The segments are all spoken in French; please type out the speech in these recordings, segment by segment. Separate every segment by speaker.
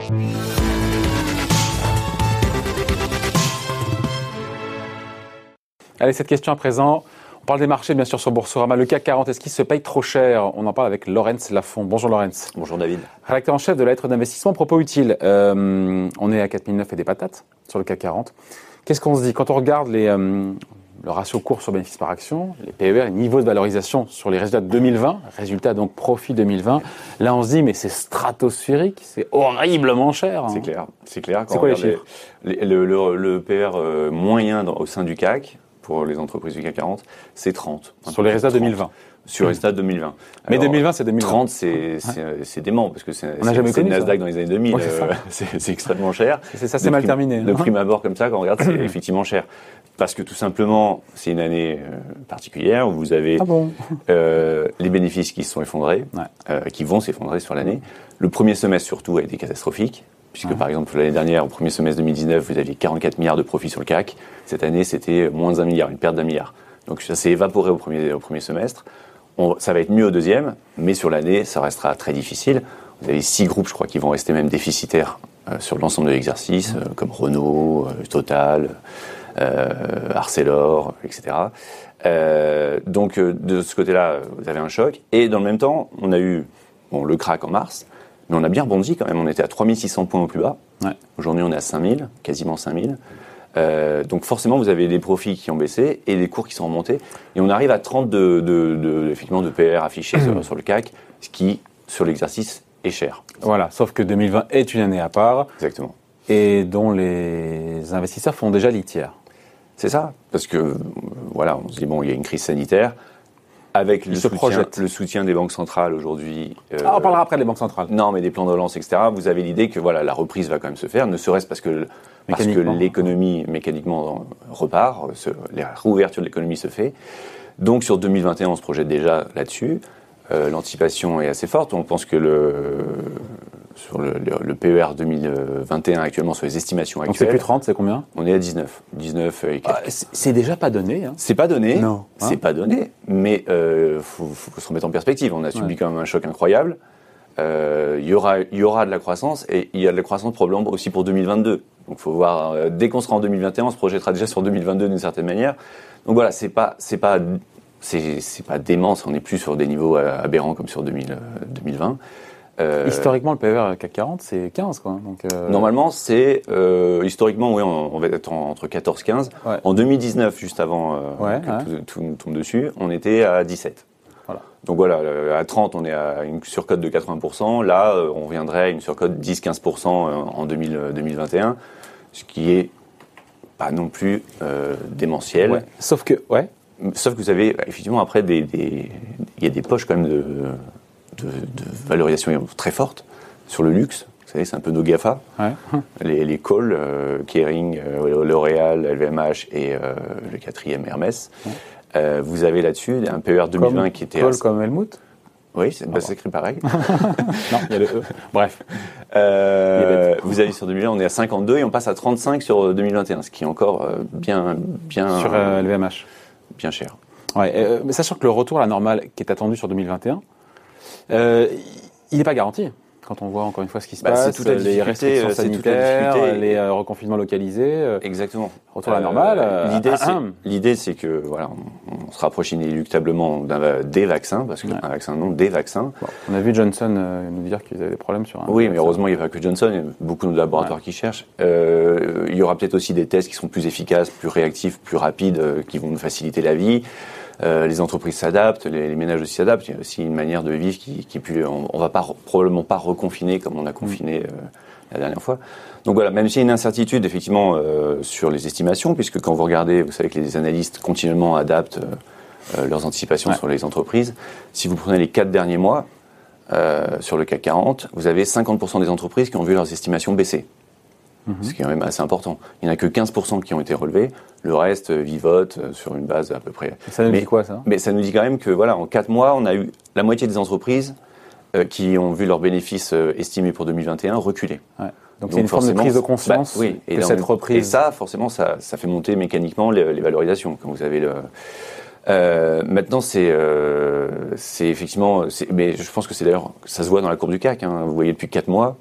Speaker 1: Allez, cette question à présent. On parle des marchés, bien sûr, sur Boursorama. Le CAC 40, est-ce qu'il se paye trop cher? On en parle avec Laurence Lafont. Bonjour Laurence.
Speaker 2: Bonjour David.
Speaker 1: Rédacteur en chef de la lettre d'investissement. Propos utile. On est à 4009 et des patates sur le CAC 40. Qu'est-ce qu'on se dit quand on regarde le ratio cours sur bénéfice par action, les PER, les niveaux de valorisation sur les résultats de 2020, résultats donc profit 2020, là on se dit mais c'est stratosphérique, c'est horriblement cher. Hein.
Speaker 2: C'est clair.
Speaker 1: C'est quoi les chiffres?
Speaker 2: Le PER moyen au sein du CAC, pour les entreprises du CAC 40, c'est 30.
Speaker 1: Sur les résultats 2020.
Speaker 2: Sur les résultats 2020.
Speaker 1: Mais alors, 2020, c'est 2020.
Speaker 2: 30, c'est dément, parce que c'est
Speaker 1: le
Speaker 2: Nasdaq dans les années 2000.
Speaker 1: Ouais,
Speaker 2: c'est extrêmement cher.
Speaker 1: C'est mal terminé.
Speaker 2: De prime abord comme ça, quand on regarde, c'est effectivement cher. Parce que tout simplement, c'est une année particulière où vous avez les bénéfices qui se sont effondrés, qui vont s'effondrer sur l'année. Le premier semestre surtout a été catastrophique. Puisque par exemple l'année dernière, au premier semestre 2019, vous aviez 44 milliards de profits sur le CAC. Cette année, c'était moins d'1 milliard, une perte d'1 milliard. Donc ça s'est évaporé au premier semestre. Ça va être mieux au deuxième, mais sur l'année, ça restera très difficile. Vous avez 6 groupes, je crois, qui vont rester même déficitaires sur l'ensemble de l'exercice, comme Renault, Total, Arcelor, etc. Donc de ce côté-là, vous avez un choc. Et dans le même temps, on a eu le krach en mars, mais on a bien rebondi quand même. On était à 3600 points au plus bas. Ouais. Aujourd'hui, on est à 5000, quasiment 5000. Donc forcément, vous avez des profits qui ont baissé et des cours qui sont remontés. Et on arrive à 30 effectivement, de PER affichés sur le CAC, ce qui, sur l'exercice, est cher.
Speaker 1: Voilà, sauf que 2020 est une année à part.
Speaker 2: Exactement.
Speaker 1: Et dont les investisseurs font déjà litière.
Speaker 2: C'est ça, parce que, voilà, on se dit, bon, il y a une crise sanitaire. Avec le soutien des banques centrales aujourd'hui.
Speaker 1: On parlera après des banques centrales.
Speaker 2: Non, mais des plans de relance, etc. Vous avez l'idée que voilà, la reprise va quand même se faire, ne serait-ce parce que l'économie mécaniquement repart, la réouverture de l'économie se fait. Donc sur 2021, on se projette déjà là-dessus. L'anticipation est assez forte. On pense que sur le PER 2021 actuellement, sur les estimations actuelles...
Speaker 1: Donc c'est plus 30, c'est combien?
Speaker 2: On est à 19. 19 et quelques.
Speaker 1: C'est déjà pas donné. Hein.
Speaker 2: C'est pas donné.
Speaker 1: Non.
Speaker 2: C'est pas donné. Mais faut se remettre en perspective. On a subi quand même un choc incroyable. Il y aura de la croissance et il y a de la croissance probablement aussi pour 2022. Donc il faut voir, dès qu'on sera en 2021, on se projettera déjà sur 2022 d'une certaine manière. Donc voilà, c'est pas dément, on n'est plus sur des niveaux aberrants comme sur 2020.
Speaker 1: Historiquement, le PER CAC 40, c'est 15, quoi. Donc,
Speaker 2: Normalement, c'est... historiquement, oui, on va être entre 14 et 15. Ouais. En 2019, juste avant que tout nous tombe dessus, on était à 17. Voilà. Donc voilà, à 30, on est à une surcote de 80%. Là, on viendrait à une surcote de 10-15% en 2021, ce qui est pas non plus démentiel.
Speaker 1: Ouais. Sauf que
Speaker 2: vous avez, effectivement, après, il y a des poches quand même de valorisation très forte sur le luxe. Vous savez, c'est un peu nos GAFA. Ouais. Les calls, Kering, L'Oréal, LVMH et le quatrième Hermès. Ouais. Vous avez là-dessus un PER 2020 qui était...
Speaker 1: Comme Helmut?
Speaker 2: Oui, c'est écrit pareil.
Speaker 1: Non, il y a le E. Bref.
Speaker 2: Vous avez sur 2020, on est à 52 et on passe à 35 sur 2021, ce qui est encore bien
Speaker 1: sur LVMH.
Speaker 2: Bien cher.
Speaker 1: Ouais, mais sachant que le retour à la normale qui est attendu sur 2021, il n'est pas garanti. Quand on voit encore une fois ce qui se passe, les restrictions sanitaires, les reconfinements localisés.
Speaker 2: Exactement.
Speaker 1: Retour à la normale.
Speaker 2: L'idée, c'est que voilà, on se rapproche inéluctablement des vaccins, parce que un vaccin, non, des vaccins.
Speaker 1: Bon, on a vu Johnson nous dire qu'ils avaient des problèmes sur un.
Speaker 2: Oui, mais heureusement, il n'y a pas que Johnson. Il y a beaucoup de laboratoires qui cherchent. Il y aura peut-être aussi des tests qui seront plus efficaces, plus réactifs, plus rapides, qui vont nous faciliter la vie. Les entreprises s'adaptent, les ménages aussi s'adaptent. Il y a aussi une manière de vivre qui est plus... On va probablement pas reconfiner comme on a confiné la dernière fois. Donc voilà, même s'il y a une incertitude effectivement sur les estimations, puisque quand vous regardez, vous savez que les analystes continuellement adaptent leurs anticipations sur les entreprises. Si vous prenez les 4 derniers mois sur le CAC 40, vous avez 50% des entreprises qui ont vu leurs estimations baisser. Ce qui est quand même assez important. Il n'y en a que 15% qui ont été relevés. Le reste vivote sur une base à peu près.
Speaker 1: Ça nous dit quoi, ça ?
Speaker 2: Mais ça nous dit quand même que, voilà, en 4 mois, on a eu la moitié des entreprises qui ont vu leurs bénéfices estimés pour 2021 reculer.
Speaker 1: Ouais. Donc c'est une forme de prise de conscience que cette reprise...
Speaker 2: Et ça, forcément, ça fait monter mécaniquement les valorisations. Quand vous avez maintenant, c'est effectivement... Mais je pense que c'est d'ailleurs... Ça se voit dans la courbe du CAC. Hein. Vous voyez depuis 4 mois...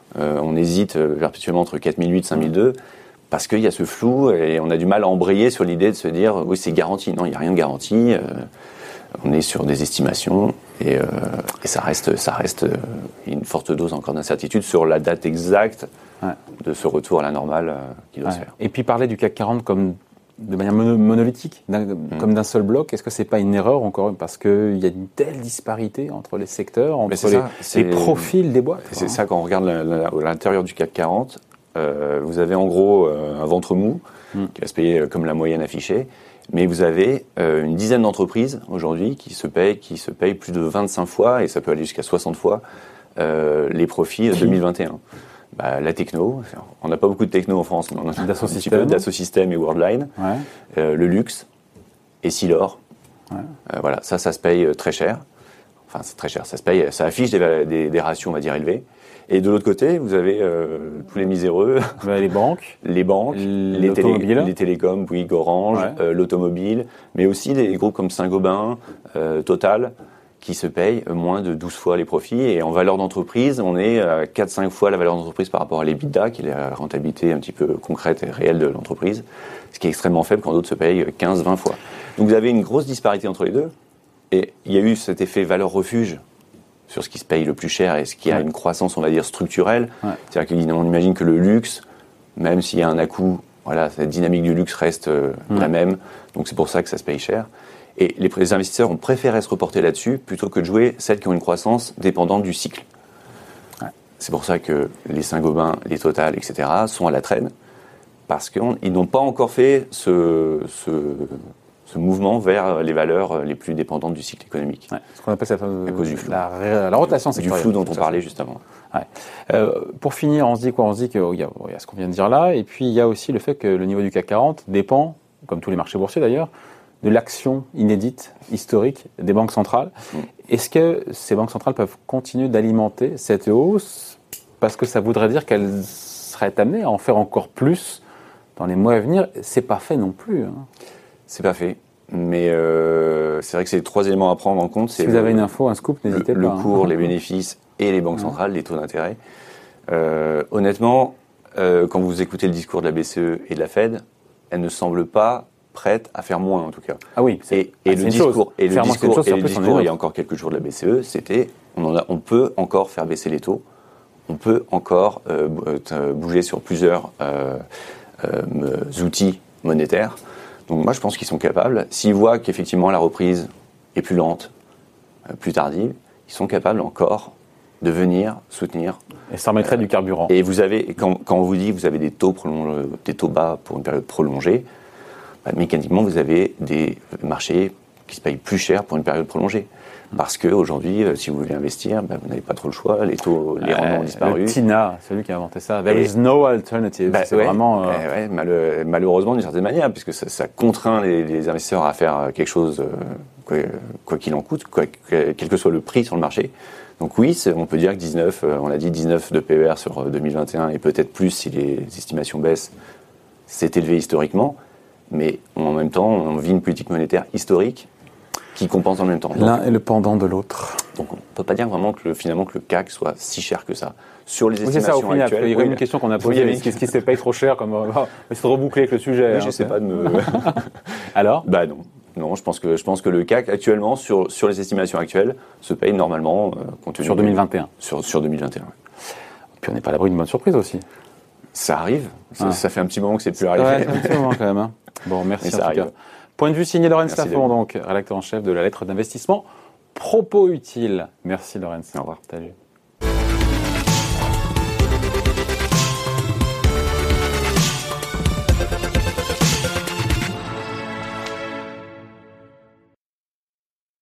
Speaker 2: On hésite perpétuellement entre 4008 et 5002 parce qu'il y a ce flou et on a du mal à embrayer sur l'idée de se dire oui, c'est garanti. Non, il n'y a rien de garanti. On est sur des estimations et ça reste une forte dose encore d'incertitude sur la date exacte de ce retour à la normale qui doit se faire.
Speaker 1: Et puis parler du CAC 40 comme de manière monolithique, comme d'un seul bloc, est-ce que c'est pas une erreur encore parce qu'il y a une telle disparité entre les secteurs, entre les profils des boîtes?
Speaker 2: C'est ça, quand on regarde à l'intérieur du CAC 40, vous avez en gros un ventre mou qui va se payer comme la moyenne affichée. Mais vous avez une dizaine d'entreprises aujourd'hui qui se payent plus de 25 fois, et ça peut aller jusqu'à 60 fois, les profits 2021. La techno, on n'a pas beaucoup de techno en France, mais on a un petit peu Dassault Systèmes et Worldline, le luxe, et Essilor. Voilà, ça se paye très cher. Enfin, c'est très cher, ça affiche des ratios, on va dire, élevés. Et de l'autre côté, vous avez tous les miséreux.
Speaker 1: Les banques.
Speaker 2: Les télécoms, Bouygues, Orange, l'automobile, mais aussi des groupes comme Saint-Gobain, Total, qui se payent moins de 12 fois les profits. Et en valeur d'entreprise, on est à 4-5 fois la valeur d'entreprise par rapport à l'EBITDA, qui est la rentabilité un petit peu concrète et réelle de l'entreprise, ce qui est extrêmement faible quand d'autres se payent 15-20 fois. Donc vous avez une grosse disparité entre les deux. Et il y a eu cet effet valeur-refuge sur ce qui se paye le plus cher et ce qui a une croissance, on va dire, structurelle. C'est-à-dire qu'on imagine que le luxe, même s'il y a un à-coup, voilà, cette dynamique du luxe reste la même. Donc c'est pour ça que ça se paye cher. Et les investisseurs ont préféré se reporter là-dessus plutôt que de jouer celles qui ont une croissance dépendante du cycle. C'est pour ça que les Saint-Gobain, les Total, etc. sont à la traîne, parce qu'ils n'ont pas encore fait ce mouvement vers les valeurs les plus dépendantes du cycle économique.
Speaker 1: Ce qu'on appelle
Speaker 2: à cause du flou.
Speaker 1: La rotation sectorielle.
Speaker 2: Du flou dont on parlait juste avant.
Speaker 1: Pour finir, on se dit quoi? On se dit qu'il y a ce qu'on vient de dire là, et puis il y a aussi le fait que le niveau du CAC 40 dépend, comme tous les marchés boursiers d'ailleurs, de l'action inédite, historique des banques centrales. Est-ce que ces banques centrales peuvent continuer d'alimenter cette hausse parce que ça voudrait dire qu'elles seraient amenées à en faire encore plus dans les mois à venir? C'est pas fait non plus.
Speaker 2: C'est pas fait, mais c'est vrai que c'est les trois éléments à prendre en compte.
Speaker 1: Si vous avez une info, un scoop, n'hésitez pas.
Speaker 2: Le cours, les bénéfices et les banques centrales, les taux d'intérêt. Honnêtement, quand vous écoutez le discours de la BCE et de la Fed, elles ne semblent pas prêtes à faire moins en tout cas.
Speaker 1: Ah oui.
Speaker 2: Le discours, il y a encore quelques jours de la BCE, c'était on peut encore faire baisser les taux, on peut encore bouger sur plusieurs outils monétaires. Donc moi, je pense qu'ils sont capables. S'ils voient qu'effectivement la reprise est plus lente, plus tardive, ils sont capables encore de venir soutenir.
Speaker 1: Et ça remettrait du carburant.
Speaker 2: Et vous avez, quand on vous dit que vous avez des taux bas pour une période prolongée, mécaniquement, vous avez des marchés qui se payent plus cher pour une période prolongée. Parce qu'aujourd'hui, si vous voulez investir, vous n'avez pas trop le choix. Les rendements ont disparu.
Speaker 1: Tina, celui qui a inventé ça. There is no alternative. C'est vraiment.
Speaker 2: Malheureusement, d'une certaine manière, puisque ça contraint les investisseurs à faire quelque chose, quoi qu'il en coûte, quel que soit le prix sur le marché. Donc oui, on peut dire que 19, on a dit 19 de PER sur 2021 et peut-être plus si les estimations baissent, c'est élevé historiquement. Mais en même temps, on vit une politique monétaire historique qui compense en même temps.
Speaker 1: L'un est le pendant de l'autre.
Speaker 2: Donc on ne peut pas dire vraiment que le CAC soit si cher que ça. Sur les estimations
Speaker 1: c'est ça, au final,
Speaker 2: actuelles.
Speaker 1: Il y a une question qu'on a posée. Qu'est-ce qui se paye trop cher c'est de reboucler avec le sujet.
Speaker 2: Oui, je ne sais pas de me...
Speaker 1: Alors
Speaker 2: Non, je pense que le CAC actuellement, sur les estimations actuelles, se paye normalement compte tenu
Speaker 1: sur 2021.
Speaker 2: Sur 2021. Oui.
Speaker 1: Puis on n'est pas à l'abri d'une bonne surprise aussi.
Speaker 2: Ça arrive. Ça fait un petit moment que c'est plus arrivé.
Speaker 1: Ouais, un petit moment quand même. Bon, merci en tout cas. Point de vue signé Laurence Lafont, donc rédacteur en chef de la lettre d'investissement Propos Utile. Merci Laurence.
Speaker 2: Au revoir.
Speaker 1: Salut.